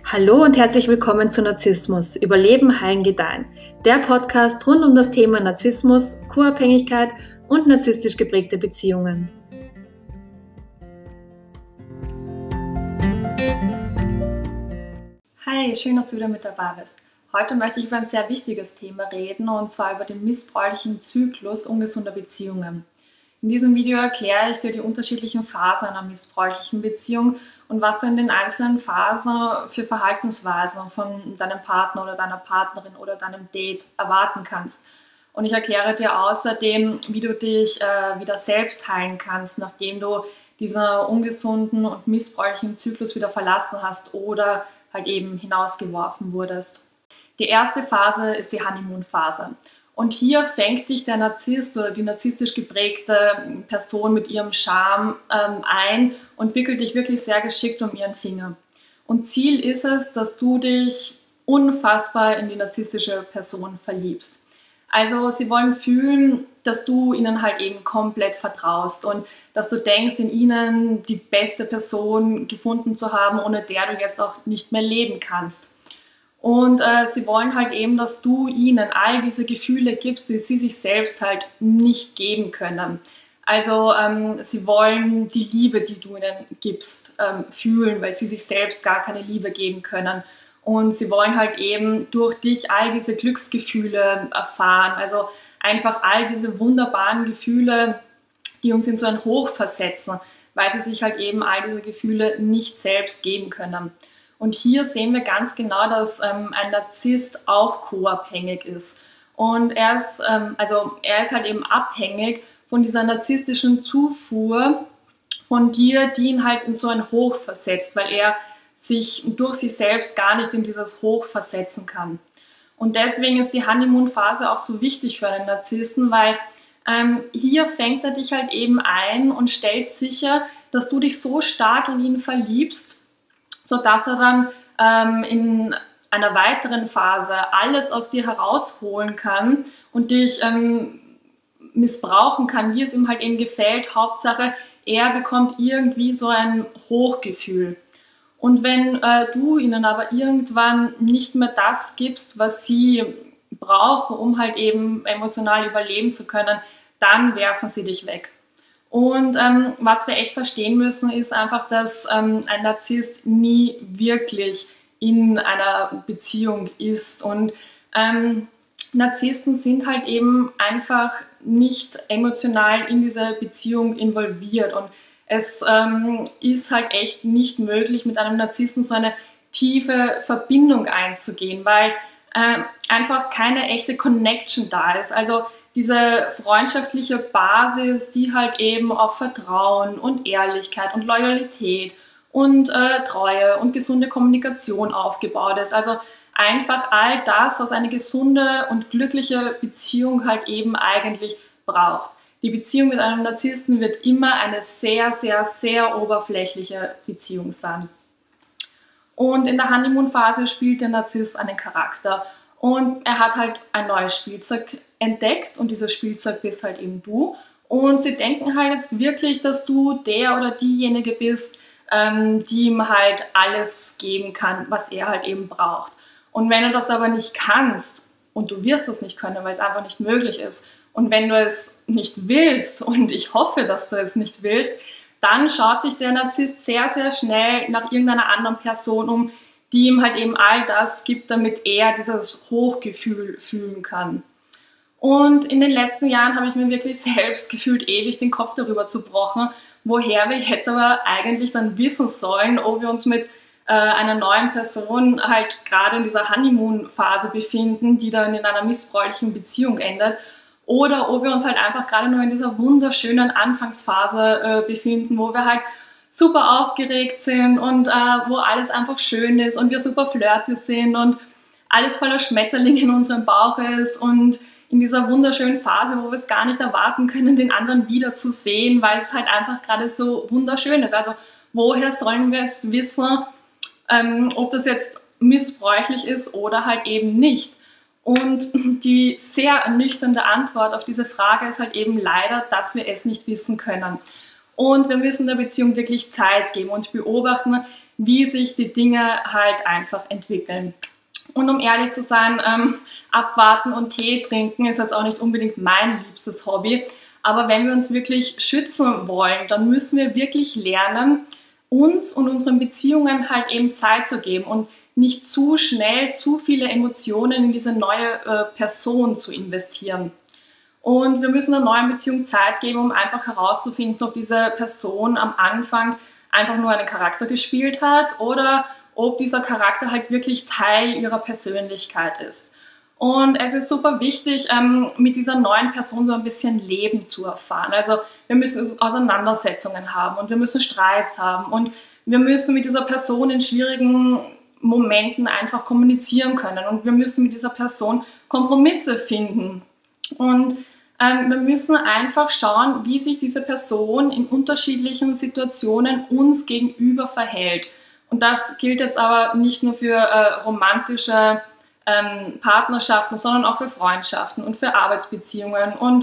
Hallo und herzlich willkommen zu Narzissmus, Überleben, Heilen, Gedeihen. Der Podcast rund um das Thema Narzissmus, Co-Abhängigkeit und narzisstisch geprägte Beziehungen. Hi, schön, dass du wieder mit dabei bist. Heute möchte ich über ein sehr wichtiges Thema reden, und zwar über den missbräuchlichen Zyklus ungesunder Beziehungen. In diesem Video erkläre ich dir die unterschiedlichen Phasen einer missbräuchlichen Beziehung und was du in den einzelnen Phasen für Verhaltensweisen von deinem Partner oder deiner Partnerin oder deinem Date erwarten kannst. Und ich erkläre dir außerdem, wie du dich wieder selbst heilen kannst, nachdem du diesen ungesunden und missbräuchlichen Zyklus wieder verlassen hast oder halt eben hinausgeworfen wurdest. Die erste Phase ist die Honeymoon-Phase. Und hier fängt dich der Narzisst oder die narzisstisch geprägte Person mit ihrem Charme ein und wickelt dich wirklich sehr geschickt um ihren Finger. Und Ziel ist es, dass du dich unfassbar in die narzisstische Person verliebst. Also sie wollen fühlen, dass du ihnen halt eben komplett vertraust und dass du denkst, in ihnen die beste Person gefunden zu haben, ohne der du jetzt auch nicht mehr leben kannst. Und sie wollen halt eben, dass du ihnen all diese Gefühle gibst, die sie sich selbst halt nicht geben können. Also sie wollen die Liebe, die du ihnen gibst, fühlen, weil sie sich selbst gar keine Liebe geben können. Und sie wollen halt eben durch dich all diese Glücksgefühle erfahren. Also einfach all diese wunderbaren Gefühle, die uns in so ein Hoch versetzen, weil sie sich halt eben all diese Gefühle nicht selbst geben können. Und hier sehen wir ganz genau, dass ein Narzisst auch co-abhängig ist. Und er ist halt eben abhängig von dieser narzisstischen Zufuhr von dir, die ihn halt in so ein Hoch versetzt, weil er sich durch sich selbst gar nicht in dieses Hoch versetzen kann. Und deswegen ist die Honeymoon-Phase auch so wichtig für einen Narzissten, weil hier fängt er dich halt eben ein und stellt sicher, dass du dich so stark in ihn verliebst, sodass er dann in einer weiteren Phase alles aus dir herausholen kann und dich missbrauchen kann, wie es ihm halt eben gefällt. Hauptsache, er bekommt irgendwie so ein Hochgefühl. Und wenn du ihnen aber irgendwann nicht mehr das gibst, was sie brauchen, um halt eben emotional überleben zu können, dann werfen sie dich weg. Und was wir echt verstehen müssen, ist einfach, dass ein Narzisst nie wirklich in einer Beziehung ist. Und Narzissten sind halt eben einfach nicht emotional in diese Beziehung involviert. Und es ist halt echt nicht möglich, mit einem Narzissten so eine tiefe Verbindung einzugehen, weil einfach keine echte Connection da ist. Also diese freundschaftliche Basis, die halt eben auf Vertrauen und Ehrlichkeit und Loyalität und Treue und gesunde Kommunikation aufgebaut ist. Also einfach all das, was eine gesunde und glückliche Beziehung halt eben eigentlich braucht. Die Beziehung mit einem Narzissten wird immer eine sehr, sehr, sehr oberflächliche Beziehung sein. Und in der Honeymoon-Phase spielt der Narzisst einen Charakter. Und er hat halt ein neues Spielzeug entdeckt und dieses Spielzeug bist halt eben du. Und sie denken halt jetzt wirklich, dass du der oder diejenige bist, die ihm halt alles geben kann, was er halt eben braucht. Und wenn du das aber nicht kannst und du wirst das nicht können, weil es einfach nicht möglich ist, und wenn du es nicht willst, und ich hoffe, dass du es nicht willst, dann schaut sich der Narzisst sehr, sehr schnell nach irgendeiner anderen Person um, die ihm halt eben all das gibt, damit er dieses Hochgefühl fühlen kann. Und in den letzten Jahren habe ich mir wirklich selbst gefühlt ewig den Kopf darüber zerbrochen, woher wir jetzt aber eigentlich dann wissen sollen, ob wir uns mit einer neuen Person halt gerade in dieser Honeymoon-Phase befinden, die dann in einer missbräuchlichen Beziehung endet, oder ob wir uns halt einfach gerade nur in dieser wunderschönen Anfangsphase befinden, wo wir halt super aufgeregt sind und wo alles einfach schön ist und wir super flirty sind und alles voller Schmetterlinge in unserem Bauch ist und in dieser wunderschönen Phase, wo wir es gar nicht erwarten können, den anderen wiederzusehen, weil es halt einfach gerade so wunderschön ist. Also woher sollen wir jetzt wissen, ob das jetzt missbräuchlich ist oder halt eben nicht? Und die sehr ernüchternde Antwort auf diese Frage ist halt eben leider, dass wir es nicht wissen können. Und wir müssen der Beziehung wirklich Zeit geben und beobachten, wie sich die Dinge halt einfach entwickeln. Und um ehrlich zu sein, abwarten und Tee trinken ist jetzt auch nicht unbedingt mein liebstes Hobby. Aber wenn wir uns wirklich schützen wollen, dann müssen wir wirklich lernen, uns und unseren Beziehungen halt eben Zeit zu geben und nicht zu schnell zu viele Emotionen in diese neue Person zu investieren. Und wir müssen der neuen Beziehung Zeit geben, um einfach herauszufinden, ob diese Person am Anfang einfach nur einen Charakter gespielt hat oder ob dieser Charakter halt wirklich Teil ihrer Persönlichkeit ist. Und es ist super wichtig, mit dieser neuen Person so ein bisschen Leben zu erfahren. Also wir müssen Auseinandersetzungen haben und wir müssen Streits haben und wir müssen mit dieser Person in schwierigen Momenten einfach kommunizieren können und wir müssen mit dieser Person Kompromisse finden. Und wir müssen einfach schauen, wie sich diese Person in unterschiedlichen Situationen uns gegenüber verhält. Und das gilt jetzt aber nicht nur für romantische Partnerschaften, sondern auch für Freundschaften und für Arbeitsbeziehungen und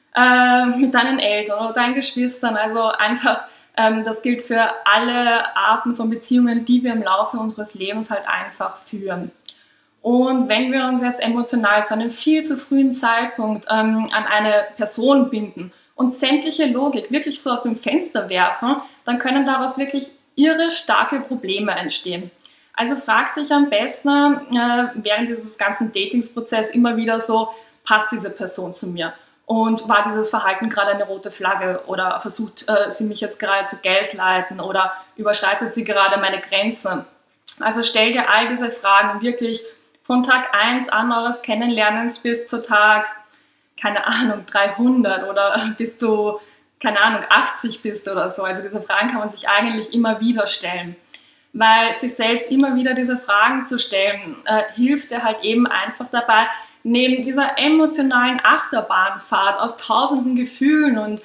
mit deinen Eltern oder deinen Geschwistern. Also einfach, das gilt für alle Arten von Beziehungen, die wir im Laufe unseres Lebens halt einfach führen. Und wenn wir uns jetzt emotional zu einem viel zu frühen Zeitpunkt an eine Person binden und sämtliche Logik wirklich so aus dem Fenster werfen, dann können daraus wirklich irre starke Probleme entstehen. Also frag dich am besten während dieses ganzen Datingsprozesses immer wieder so, passt diese Person zu mir? Und war dieses Verhalten gerade eine rote Flagge oder versucht sie mich jetzt gerade zu gaslighten oder überschreitet sie gerade meine Grenze? Also stell dir all diese Fragen wirklich von Tag 1 an eures Kennenlernens bis zu Tag, keine Ahnung, 300 oder bis zu, keine Ahnung, 80 bist oder so. Also diese Fragen kann man sich eigentlich immer wieder stellen. Weil sich selbst immer wieder diese Fragen zu stellen, hilft dir halt eben einfach dabei, neben dieser emotionalen Achterbahnfahrt aus tausenden Gefühlen und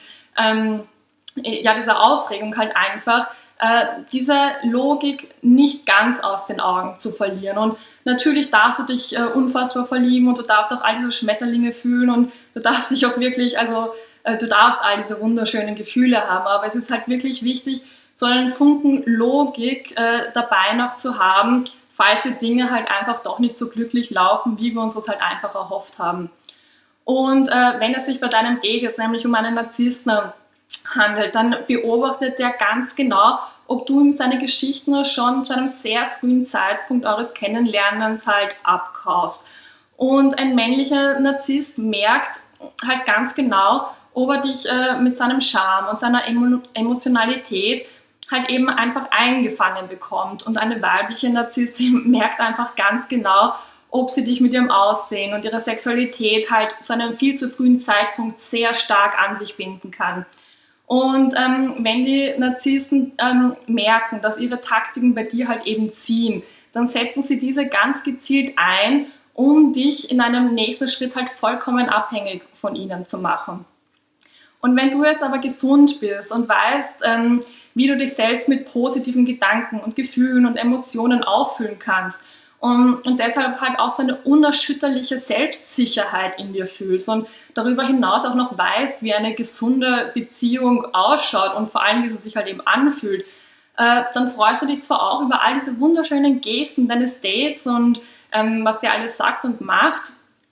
ja, dieser Aufregung halt einfach, diese Logik nicht ganz aus den Augen zu verlieren. Und natürlich darfst du dich unfassbar verlieben und du darfst auch all diese Schmetterlinge fühlen und du darfst dich auch wirklich, also du darfst all diese wunderschönen Gefühle haben, aber es ist halt wirklich wichtig, so einen Funken Logik dabei noch zu haben, falls die Dinge halt einfach doch nicht so glücklich laufen, wie wir uns das halt einfach erhofft haben. Und wenn es sich bei deinem Date jetzt nämlich um einen Narzissten handelt, dann beobachtet der ganz genau, ob du ihm seine Geschichten schon zu einem sehr frühen Zeitpunkt eures Kennenlernens halt abkaufst. Und ein männlicher Narzisst merkt halt ganz genau, ob er dich mit seinem Charme und seiner Emotionalität halt eben einfach eingefangen bekommt. Und eine weibliche Narzisstin merkt einfach ganz genau, ob sie dich mit ihrem Aussehen und ihrer Sexualität halt zu einem viel zu frühen Zeitpunkt sehr stark an sich binden kann. Und wenn die Narzissten merken, dass ihre Taktiken bei dir halt eben ziehen, dann setzen sie diese ganz gezielt ein, um dich in einem nächsten Schritt halt vollkommen abhängig von ihnen zu machen. Und wenn du jetzt aber gesund bist und weißt, wie du dich selbst mit positiven Gedanken und Gefühlen und Emotionen auffüllen kannst und deshalb halt auch so eine unerschütterliche Selbstsicherheit in dir fühlst und darüber hinaus auch noch weißt, wie eine gesunde Beziehung ausschaut und vor allem, wie sie sich halt eben anfühlt, dann freust du dich zwar auch über all diese wunderschönen Gesten deines Dates und was der alles sagt und macht,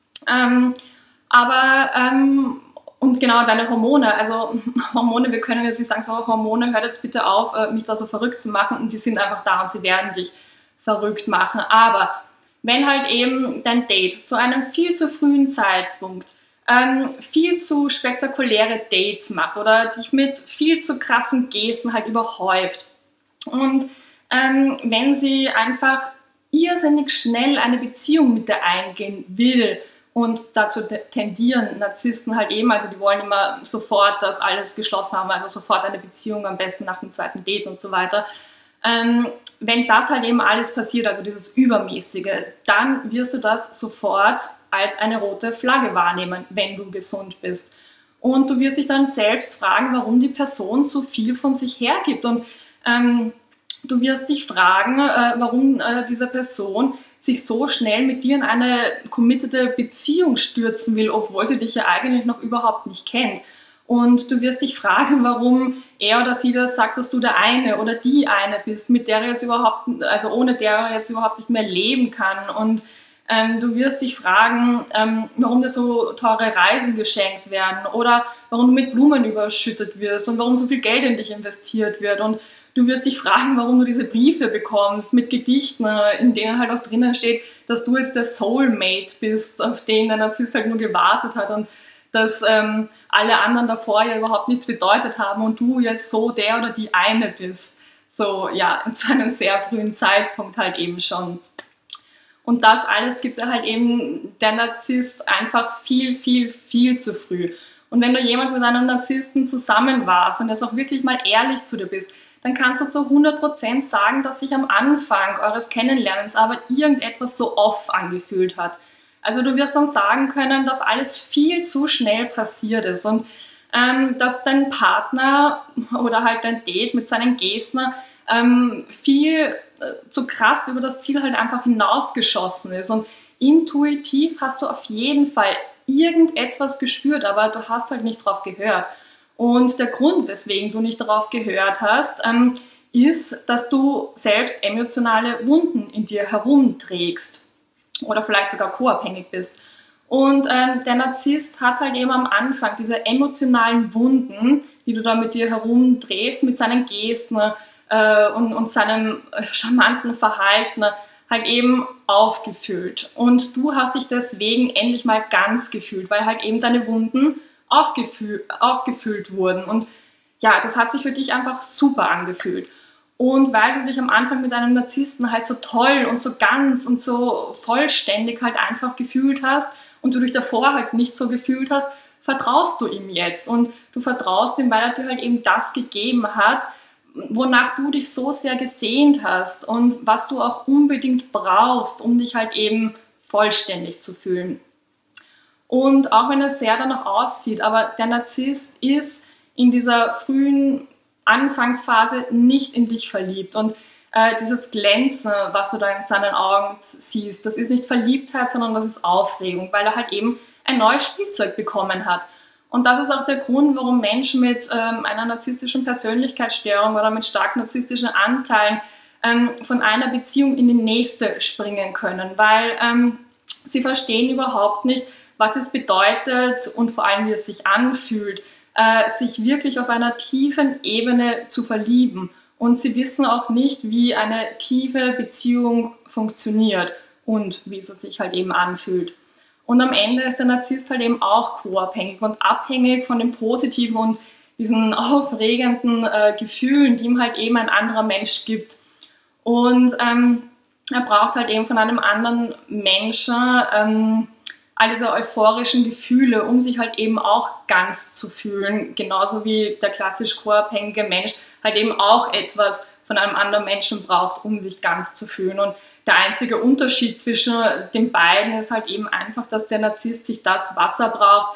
und genau, deine Hormone, also Hormone, wir können jetzt nicht sagen, so Hormone, hört jetzt bitte auf, mich da so verrückt zu machen, und die sind einfach da und sie werden dich verrückt machen. Aber wenn halt eben dein Date zu einem viel zu frühen Zeitpunkt viel zu spektakuläre Dates macht oder dich mit viel zu krassen Gesten halt überhäuft und wenn sie einfach irrsinnig schnell eine Beziehung mit dir eingehen will, und dazu tendieren Narzissten halt eben, also die wollen immer sofort das alles geschlossen haben, also sofort eine Beziehung, am besten nach dem zweiten Date und so weiter. Wenn das halt eben alles passiert, also dieses Übermäßige, dann wirst du das sofort als eine rote Flagge wahrnehmen, wenn du gesund bist. Und du wirst dich dann selbst fragen, warum die Person so viel von sich hergibt. Und du wirst dich fragen, warum diese Person sich so schnell mit dir in eine committede Beziehung stürzen will, obwohl sie dich ja eigentlich noch überhaupt nicht kennt. Und du wirst dich fragen, warum er oder sie das sagt, dass du der eine oder die eine bist, mit der er jetzt überhaupt, also ohne der er jetzt überhaupt nicht mehr leben kann. Und du wirst dich fragen, warum dir so teure Reisen geschenkt werden oder warum du mit Blumen überschüttet wirst und warum so viel Geld in dich investiert wird. Und du wirst dich fragen, warum du diese Briefe bekommst mit Gedichten, in denen halt auch drinnen steht, dass du jetzt der Soulmate bist, auf den der Narzisst halt nur gewartet hat und dass alle anderen davor ja überhaupt nichts bedeutet haben und du jetzt so der oder die eine bist. So, ja, zu einem sehr frühen Zeitpunkt halt eben schon. Und das alles gibt er halt eben der Narzisst einfach viel, viel, viel zu früh. Und wenn du jemals mit einem Narzissten zusammen warst und jetzt auch wirklich mal ehrlich zu dir bist, dann kannst du zu 100% sagen, dass sich am Anfang eures Kennenlernens aber irgendetwas so off angefühlt hat. Also du wirst dann sagen können, dass alles viel zu schnell passiert ist und dass dein Partner oder halt dein Date mit seinen Gesten viel zu krass über das Ziel halt einfach hinausgeschossen ist. Und intuitiv hast du auf jeden Fall irgendetwas gespürt, aber du hast halt nicht drauf gehört. Und der Grund, weswegen du nicht darauf gehört hast, ist, dass du selbst emotionale Wunden in dir herumträgst oder vielleicht sogar co-abhängig bist. Und der Narzisst hat halt eben am Anfang diese emotionalen Wunden, die du da mit dir herumdrehst, mit seinen Gesten und seinem charmanten Verhalten halt eben aufgefüllt. Und du hast dich deswegen endlich mal ganz gefühlt, weil halt eben deine Wunden aufgefüllt wurden. Und ja, das hat sich für dich einfach super angefühlt. Und weil du dich am Anfang mit einem Narzissten halt so toll und so ganz und so vollständig halt einfach gefühlt hast und du dich davor halt nicht so gefühlt hast, vertraust du ihm jetzt. Und du vertraust ihm, weil er dir halt eben das gegeben hat, wonach du dich so sehr gesehnt hast und was du auch unbedingt brauchst, um dich halt eben vollständig zu fühlen. Und auch wenn es sehr danach aussieht, aber der Narzisst ist in dieser frühen Anfangsphase nicht in dich verliebt. Und dieses Glänzen, was du da in seinen Augen siehst, das ist nicht Verliebtheit, sondern das ist Aufregung, weil er halt eben ein neues Spielzeug bekommen hat. Und das ist auch der Grund, warum Menschen mit einer narzisstischen Persönlichkeitsstörung oder mit stark narzisstischen Anteilen von einer Beziehung in die nächste springen können, weil sie verstehen überhaupt nicht, was es bedeutet und vor allem, wie es sich anfühlt, sich wirklich auf einer tiefen Ebene zu verlieben. Und sie wissen auch nicht, wie eine tiefe Beziehung funktioniert und wie es sich halt eben anfühlt. Und am Ende ist der Narzisst halt eben auch co-abhängig und abhängig von den positiven und diesen aufregenden Gefühlen, die ihm halt eben ein anderer Mensch gibt. Und er braucht halt eben von einem anderen Menschen all diese euphorischen Gefühle, um sich halt eben auch ganz zu fühlen. Genauso wie der klassisch co-abhängige Mensch halt eben auch etwas von einem anderen Menschen braucht, um sich ganz zu fühlen. Und der einzige Unterschied zwischen den beiden ist halt eben einfach, dass der Narzisst sich das, was er braucht,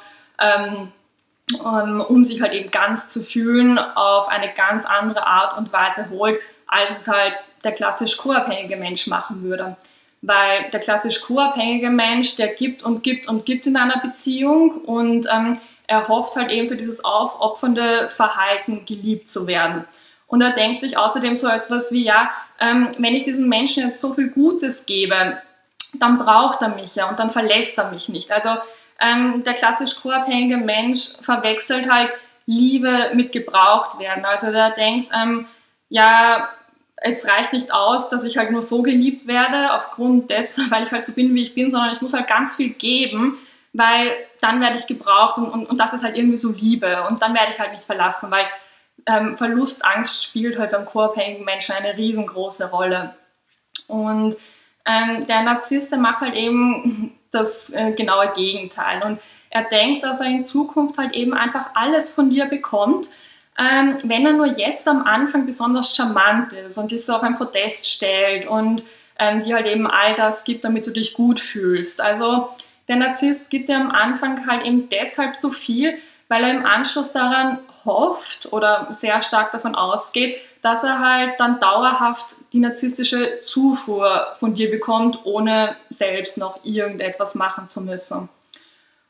um sich halt eben ganz zu fühlen, auf eine ganz andere Art und Weise holt, als es halt der klassisch co-abhängige Mensch machen würde. Weil der klassisch co-abhängige Mensch, der gibt und gibt und gibt in einer Beziehung und er hofft halt eben für dieses aufopfernde Verhalten geliebt zu werden. Und er denkt sich außerdem so etwas wie, ja, wenn ich diesem Menschen jetzt so viel Gutes gebe, dann braucht er mich ja und dann verlässt er mich nicht. Also der klassisch co-abhängige Mensch verwechselt halt Liebe mit gebraucht werden. Also der denkt, ja, es reicht nicht aus, dass ich halt nur so geliebt werde, aufgrund dessen, weil ich halt so bin, wie ich bin, sondern ich muss halt ganz viel geben, weil dann werde ich gebraucht und das ist halt irgendwie so Liebe und dann werde ich halt nicht verlassen, weil Verlustangst spielt halt beim co-abhängigen Menschen eine riesengroße Rolle. Und der Narzisst, der macht halt eben das genaue Gegenteil und er denkt, dass er in Zukunft halt eben einfach alles von dir bekommt, wenn er nur jetzt am Anfang besonders charmant ist und dich so auf ein Podest stellt und dir halt eben all das gibt, damit du dich gut fühlst. Also der Narzisst gibt dir am Anfang halt eben deshalb so viel, weil er im Anschluss daran hofft oder sehr stark davon ausgeht, dass er halt dann dauerhaft die narzisstische Zufuhr von dir bekommt, ohne selbst noch irgendetwas machen zu müssen.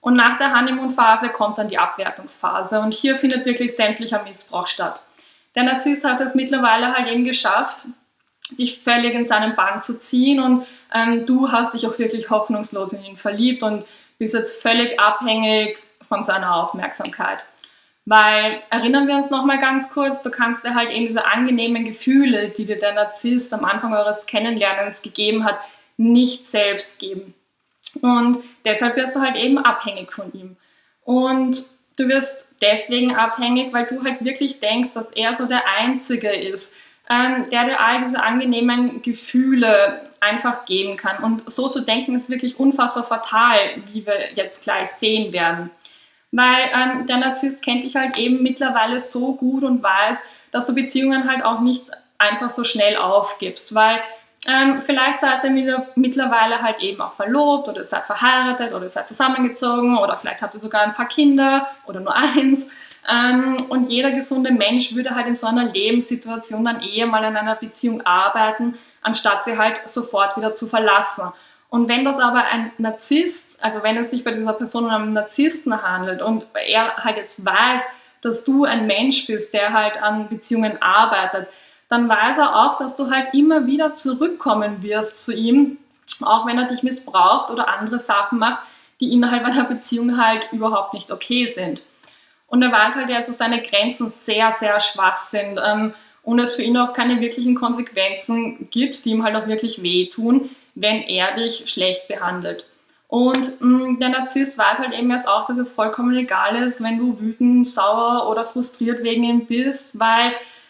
Und nach der Honeymoon-Phase kommt dann die Abwertungsphase und hier findet wirklich sämtlicher Missbrauch statt. Der Narzisst hat es mittlerweile halt eben geschafft, dich völlig in seinen Bann zu ziehen und du hast dich auch wirklich hoffnungslos in ihn verliebt und bist jetzt völlig abhängig von seiner Aufmerksamkeit. Weil, erinnern wir uns nochmal ganz kurz, du kannst dir halt eben diese angenehmen Gefühle, die dir der Narzisst am Anfang eures Kennenlernens gegeben hat, nicht selbst geben. Und deshalb wirst du halt eben abhängig von ihm. Und du wirst deswegen abhängig, weil du halt wirklich denkst, dass er so der Einzige ist, der dir all diese angenehmen Gefühle einfach geben kann. Und so zu denken ist wirklich unfassbar fatal, wie wir jetzt gleich sehen werden. Weil der Narzisst kennt dich halt eben mittlerweile so gut und weiß, dass du Beziehungen halt auch nicht einfach so schnell aufgibst, weil vielleicht seid ihr mittlerweile halt eben auch verlobt oder ihr seid verheiratet oder ihr seid zusammengezogen oder vielleicht habt ihr sogar ein paar Kinder oder nur eins. Und jeder gesunde Mensch würde halt in so einer Lebenssituation dann eher mal an einer Beziehung arbeiten, anstatt sie halt sofort wieder zu verlassen. Und wenn das aber ein Narzisst, also wenn es sich bei dieser Person um einen Narzissten handelt und er halt jetzt weiß, dass du ein Mensch bist, der halt an Beziehungen arbeitet, dann weiß er auch, dass du halt immer wieder zurückkommen wirst zu ihm, auch wenn er dich missbraucht oder andere Sachen macht, die innerhalb einer Beziehung halt überhaupt nicht okay sind. Und er weiß halt, dass seine Grenzen sehr, sehr schwach sind und es für ihn auch keine wirklichen Konsequenzen gibt, die ihm halt auch wirklich wehtun, wenn er dich schlecht behandelt. Und der Narzisst weiß halt eben jetzt auch, dass es vollkommen egal ist, wenn du wütend, sauer oder frustriert wegen ihm bist, weil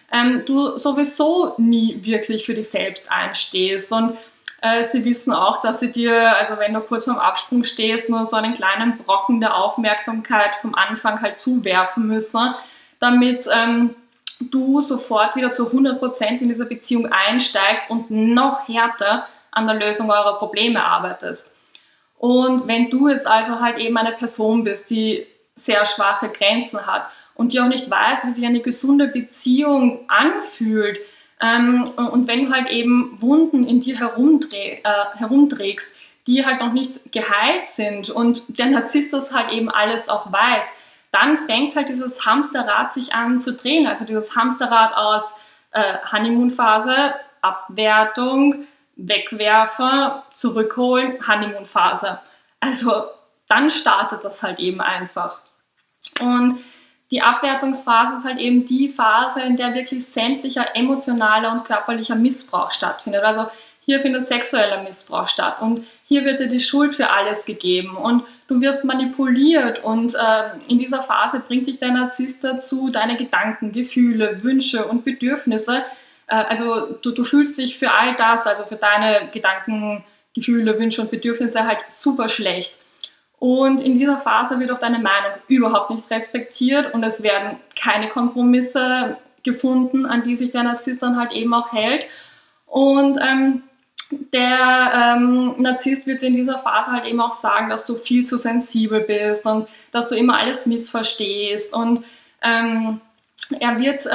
du sowieso nie wirklich für dich selbst einstehst. Und sie wissen auch, dass sie dir, also wenn du kurz vorm Absprung stehst, nur so einen kleinen Brocken der Aufmerksamkeit vom Anfang halt zuwerfen müssen, damit du sofort wieder zu 100% in diese Beziehung einsteigst und noch härter an der Lösung eurer Probleme arbeitest. Und wenn du jetzt also halt eben eine Person bist, die sehr schwache Grenzen hat und die auch nicht weiß, wie sich eine gesunde Beziehung anfühlt, und wenn du halt eben Wunden in dir herumträgst, die halt noch nicht geheilt sind und der Narzisst das halt eben alles auch weiß, dann fängt halt dieses Hamsterrad sich an zu drehen. Also dieses Hamsterrad aus Honeymoon-Phase, Abwertung, Wegwerfen, zurückholen, Honeymoon-Phase. Also dann startet das halt eben einfach. Und die Abwertungsphase ist halt eben die Phase, in der wirklich sämtlicher emotionaler und körperlicher Missbrauch stattfindet. Also hier findet sexueller Missbrauch statt und hier wird dir die Schuld für alles gegeben und du wirst manipuliert und in dieser Phase bringt dich der Narzisst dazu, deine Gedanken, Gefühle, Wünsche und Bedürfnisse, also du fühlst dich für all das, also für deine Gedanken, Gefühle, Wünsche und Bedürfnisse halt super schlecht. Und in dieser Phase wird auch deine Meinung überhaupt nicht respektiert und es werden keine Kompromisse gefunden, an die sich der Narzisst dann halt eben auch hält. Und der Narzisst wird in dieser Phase halt eben auch sagen, dass du viel zu sensibel bist und dass du immer alles missverstehst. Und er wird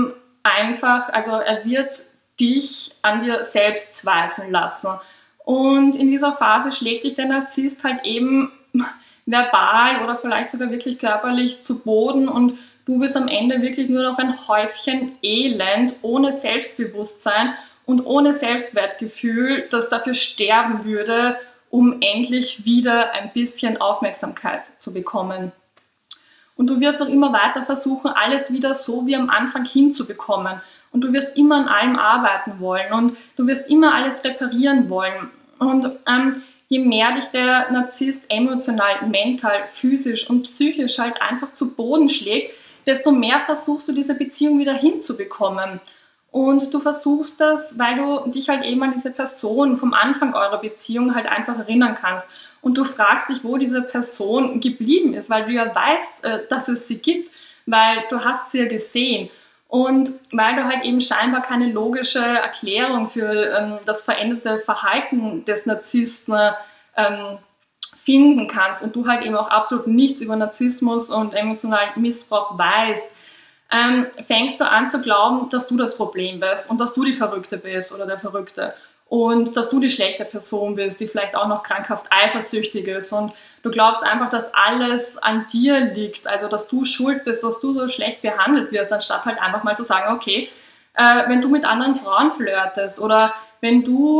er wird dich an dir selbst zweifeln lassen. Und in dieser Phase schlägt dich der Narzisst halt eben verbal oder vielleicht sogar wirklich körperlich zu Boden und du bist am Ende wirklich nur noch ein Häufchen Elend ohne Selbstbewusstsein und ohne Selbstwertgefühl, das dafür sterben würde, um endlich wieder ein bisschen Aufmerksamkeit zu bekommen. Und du wirst auch immer weiter versuchen, alles wieder so wie am Anfang hinzubekommen. Und du wirst immer an allem arbeiten wollen und du wirst immer alles reparieren wollen. Und je mehr dich der Narzisst emotional, mental, physisch und psychisch halt einfach zu Boden schlägt, desto mehr versuchst du diese Beziehung wieder hinzubekommen. Und du versuchst das, weil du dich halt eben an diese Person vom Anfang eurer Beziehung halt einfach erinnern kannst. Und du fragst dich, wo diese Person geblieben ist, weil du ja weißt, dass es sie gibt, weil du hast sie ja gesehen. Und weil du halt eben scheinbar keine logische Erklärung für das veränderte Verhalten des Narzissten finden kannst und du halt eben auch absolut nichts über Narzissmus und emotionalen Missbrauch weißt, fängst du an zu glauben, dass du das Problem bist und dass du die Verrückte bist oder der Verrückte. und dass du die schlechte Person bist, die vielleicht auch noch krankhaft eifersüchtig ist und du glaubst einfach, dass alles an dir liegt, also dass du schuld bist, dass du so schlecht behandelt wirst, anstatt halt einfach mal zu sagen, okay, wenn du mit anderen Frauen flirtest oder wenn du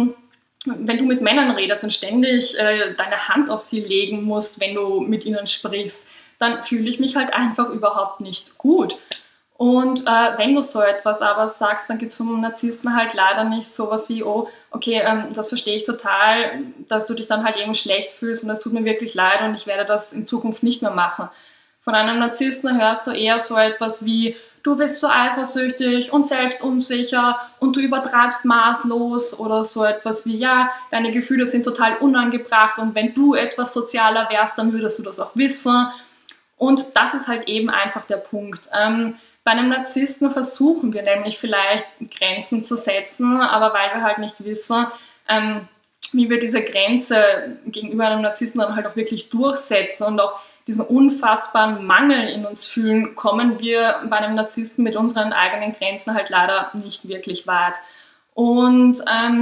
mit Männern redest und ständig deine Hand auf sie legen musst, wenn du mit ihnen sprichst, dann fühle ich mich halt einfach überhaupt nicht gut. Und wenn du so etwas aber sagst, dann gibt es vom Narzissten halt leider nicht sowas wie, oh, okay, das verstehe ich total, dass du dich dann halt eben schlecht fühlst und das tut mir wirklich leid und ich werde das in Zukunft nicht mehr machen. Von einem Narzissten hörst du eher so etwas wie, du bist so eifersüchtig und selbstunsicher und du übertreibst maßlos oder so etwas wie, ja, deine Gefühle sind total unangebracht und wenn du etwas sozialer wärst, dann würdest du das auch wissen. Und das ist halt eben einfach der Punkt. Bei einem Narzissten versuchen wir nämlich vielleicht Grenzen zu setzen, aber weil wir halt nicht wissen, wie wir diese Grenze gegenüber einem Narzissten dann halt auch wirklich durchsetzen und auch diesen unfassbaren Mangel in uns fühlen, kommen wir bei einem Narzissten mit unseren eigenen Grenzen halt leider nicht wirklich weit. Und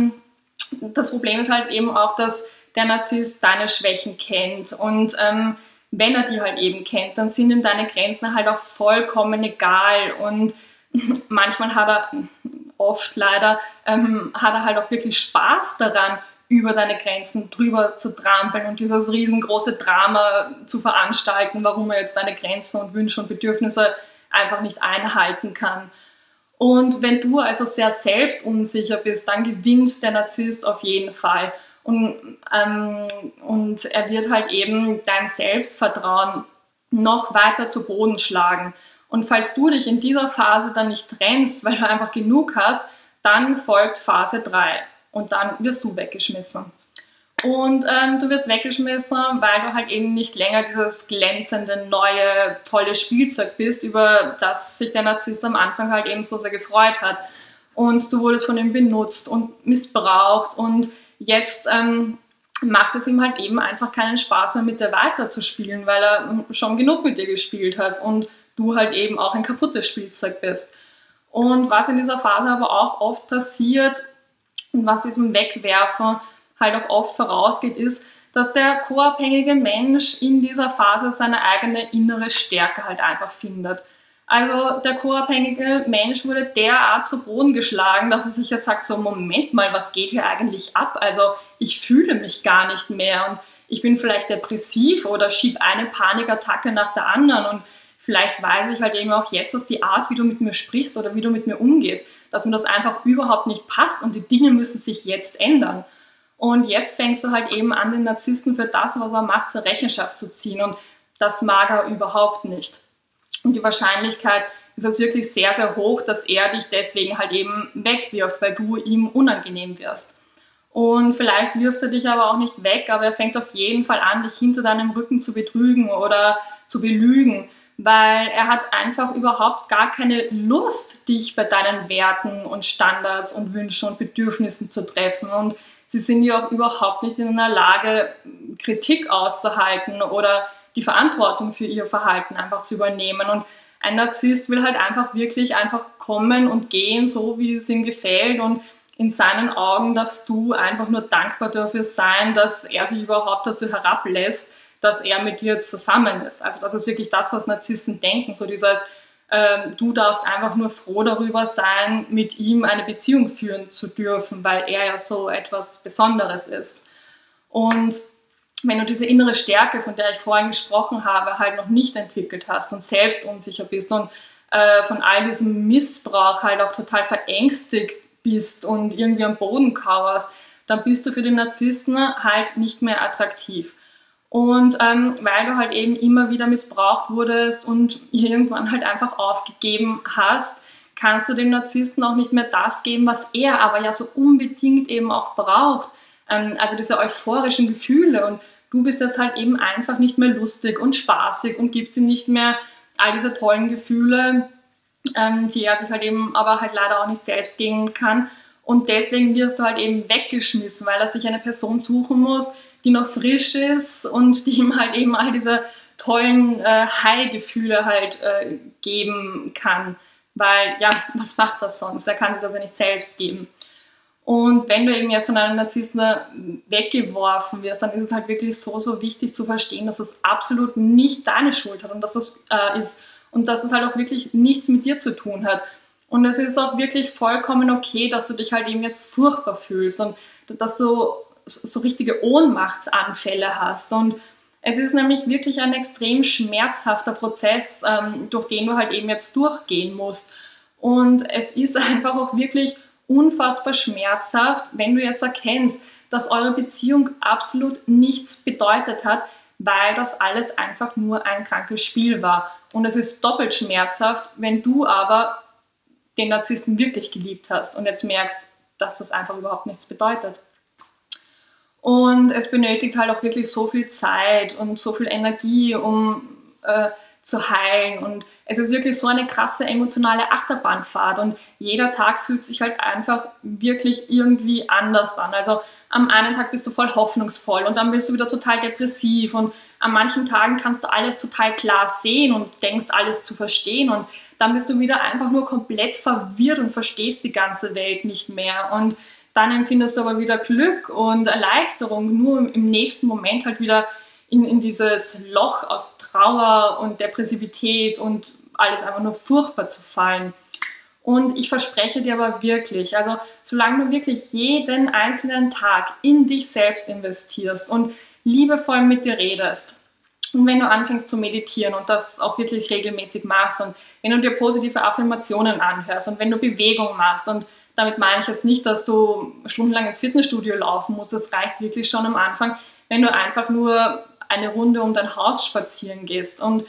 das Problem ist halt eben auch, dass der Narzisst deine Schwächen kennt und wenn er die halt eben kennt, dann sind ihm deine Grenzen halt auch vollkommen egal und manchmal hat er, oft leider, hat er halt auch wirklich Spaß daran, über deine Grenzen drüber zu trampeln und dieses riesengroße Drama zu veranstalten, warum er jetzt deine Grenzen und Wünsche und Bedürfnisse einfach nicht einhalten kann. Und wenn du also sehr selbstunsicher bist, dann gewinnt der Narzisst auf jeden Fall. Und er wird halt eben dein Selbstvertrauen noch weiter zu Boden schlagen. Und falls du dich in dieser Phase dann nicht trennst, weil du einfach genug hast, dann folgt Phase 3 und dann wirst du weggeschmissen. Und du wirst weggeschmissen, weil du halt eben nicht länger dieses glänzende, neue, tolle Spielzeug bist, über das sich der Narzisst am Anfang halt eben so sehr gefreut hat. Und du wurdest von ihm benutzt und missbraucht und jetzt macht es ihm halt eben einfach keinen Spaß mehr, mit dir weiterzuspielen, weil er schon genug mit dir gespielt hat und du halt eben auch ein kaputtes Spielzeug bist. Und was in dieser Phase aber auch oft passiert und was diesem Wegwerfen halt auch oft vorausgeht, ist, dass der co-abhängige Mensch in dieser Phase seine eigene innere Stärke halt einfach findet. Also der co-abhängige Mensch wurde derart zu Boden geschlagen, dass er sich jetzt sagt, so Moment mal, was geht hier eigentlich ab? Also ich fühle mich gar nicht mehr und ich bin vielleicht depressiv oder schiebe eine Panikattacke nach der anderen und vielleicht weiß ich halt eben auch jetzt, dass die Art, wie du mit mir sprichst oder wie du mit mir umgehst, dass mir das einfach überhaupt nicht passt und die Dinge müssen sich jetzt ändern. Und jetzt fängst du halt eben an, den Narzissten für das, was er macht, zur Rechenschaft zu ziehen und das mag er überhaupt nicht. Und die Wahrscheinlichkeit ist jetzt wirklich sehr, sehr hoch, dass er dich deswegen halt eben wegwirft, weil du ihm unangenehm wirst. Und vielleicht wirft er dich aber auch nicht weg, aber er fängt auf jeden Fall an, dich hinter deinem Rücken zu betrügen oder zu belügen, weil er hat einfach überhaupt gar keine Lust, dich bei deinen Werten und Standards und Wünschen und Bedürfnissen zu treffen. Und sie sind ja auch überhaupt nicht in der Lage, Kritik auszuhalten oder die Verantwortung für ihr Verhalten einfach zu übernehmen. Und ein Narzisst will halt einfach wirklich einfach kommen und gehen, so wie es ihm gefällt. Und in seinen Augen darfst du einfach nur dankbar dafür sein, dass er sich überhaupt dazu herablässt, dass er mit dir zusammen ist. Also das ist wirklich das, was Narzissten denken. So dieses, du darfst einfach nur froh darüber sein, mit ihm eine Beziehung führen zu dürfen, weil er ja so etwas Besonderes ist. Und wenn du diese innere Stärke, von der ich vorhin gesprochen habe, halt noch nicht entwickelt hast und selbst unsicher bist und von all diesem Missbrauch halt auch total verängstigt bist und irgendwie am Boden kauerst, dann bist du für den Narzissten halt nicht mehr attraktiv. Und weil du halt eben immer wieder missbraucht wurdest und irgendwann halt einfach aufgegeben hast, kannst du dem Narzissten auch nicht mehr das geben, was er aber ja so unbedingt eben auch braucht. Also diese euphorischen Gefühle und du bist jetzt halt eben einfach nicht mehr lustig und spaßig und gibst ihm nicht mehr all diese tollen Gefühle, die er sich halt eben aber halt leider auch nicht selbst geben kann. Und deswegen wirst du halt eben weggeschmissen, weil er sich eine Person suchen muss, die noch frisch ist und die ihm halt eben all diese tollen High-Gefühle halt geben kann. Weil, ja, was macht das sonst? Er kann sich das ja nicht selbst geben. Und wenn du eben jetzt von einem Narzissten weggeworfen wirst, dann ist es halt wirklich so wichtig zu verstehen, dass es absolut nicht deine Schuld hat und dass es ist und dass es halt auch wirklich nichts mit dir zu tun hat. Und es ist auch wirklich vollkommen okay, dass du dich halt eben jetzt furchtbar fühlst und dass du so richtige Ohnmachtsanfälle hast. Und es ist nämlich wirklich ein extrem schmerzhafter Prozess, durch den du halt eben jetzt durchgehen musst. Und es ist einfach auch wirklich unfassbar schmerzhaft, wenn du jetzt erkennst, dass eure Beziehung absolut nichts bedeutet hat, weil das alles einfach nur ein krankes Spiel war. Und es ist doppelt schmerzhaft, wenn du aber den Narzissten wirklich geliebt hast und jetzt merkst, dass das einfach überhaupt nichts bedeutet. Und es benötigt halt auch wirklich so viel Zeit und so viel Energie, um zu heilen. Und es ist wirklich so eine krasse emotionale Achterbahnfahrt und jeder Tag fühlt sich halt einfach wirklich irgendwie anders an. Also am einen Tag bist du voll hoffnungsvoll und dann bist du wieder total depressiv und an manchen Tagen kannst du alles total klar sehen und denkst alles zu verstehen und dann bist du wieder einfach nur komplett verwirrt und verstehst die ganze Welt nicht mehr und dann empfindest du aber wieder Glück und Erleichterung, nur im nächsten Moment halt wieder in dieses Loch aus Trauer und Depressivität und alles einfach nur furchtbar zu fallen. Und ich verspreche dir aber wirklich, also solange du wirklich jeden einzelnen Tag in dich selbst investierst und liebevoll mit dir redest und wenn du anfängst zu meditieren und das auch wirklich regelmäßig machst und wenn du dir positive Affirmationen anhörst und wenn du Bewegung machst und damit meine ich jetzt nicht, dass du stundenlang ins Fitnessstudio laufen musst, das reicht wirklich schon am Anfang, wenn du einfach nur eine Runde um dein Haus spazieren gehst und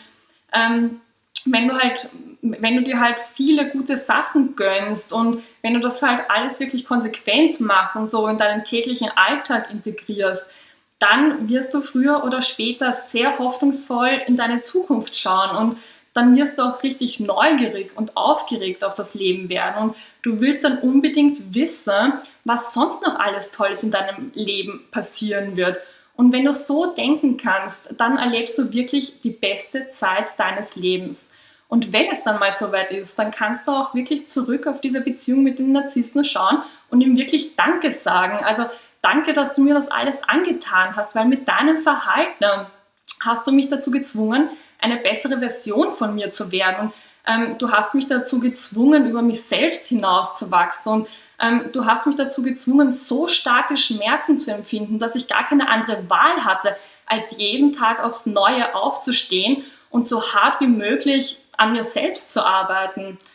wenn du dir halt viele gute Sachen gönnst und wenn du das halt alles wirklich konsequent machst und so in deinen täglichen Alltag integrierst, dann wirst du früher oder später sehr hoffnungsvoll in deine Zukunft schauen und dann wirst du auch richtig neugierig und aufgeregt auf das Leben werden und du willst dann unbedingt wissen, was sonst noch alles Tolles in deinem Leben passieren wird. Und wenn du so denken kannst, dann erlebst du wirklich die beste Zeit deines Lebens. Und wenn es dann mal soweit ist, dann kannst du auch wirklich zurück auf diese Beziehung mit dem Narzissten schauen und ihm wirklich Danke sagen. Also danke, dass du mir das alles angetan hast, weil mit deinem Verhalten hast du mich dazu gezwungen, eine bessere Version von mir zu werden. Und du hast mich dazu gezwungen, über mich selbst hinauszuwachsen. Und du hast mich dazu gezwungen, so starke Schmerzen zu empfinden, dass ich gar keine andere Wahl hatte, als jeden Tag aufs Neue aufzustehen und so hart wie möglich an mir selbst zu arbeiten.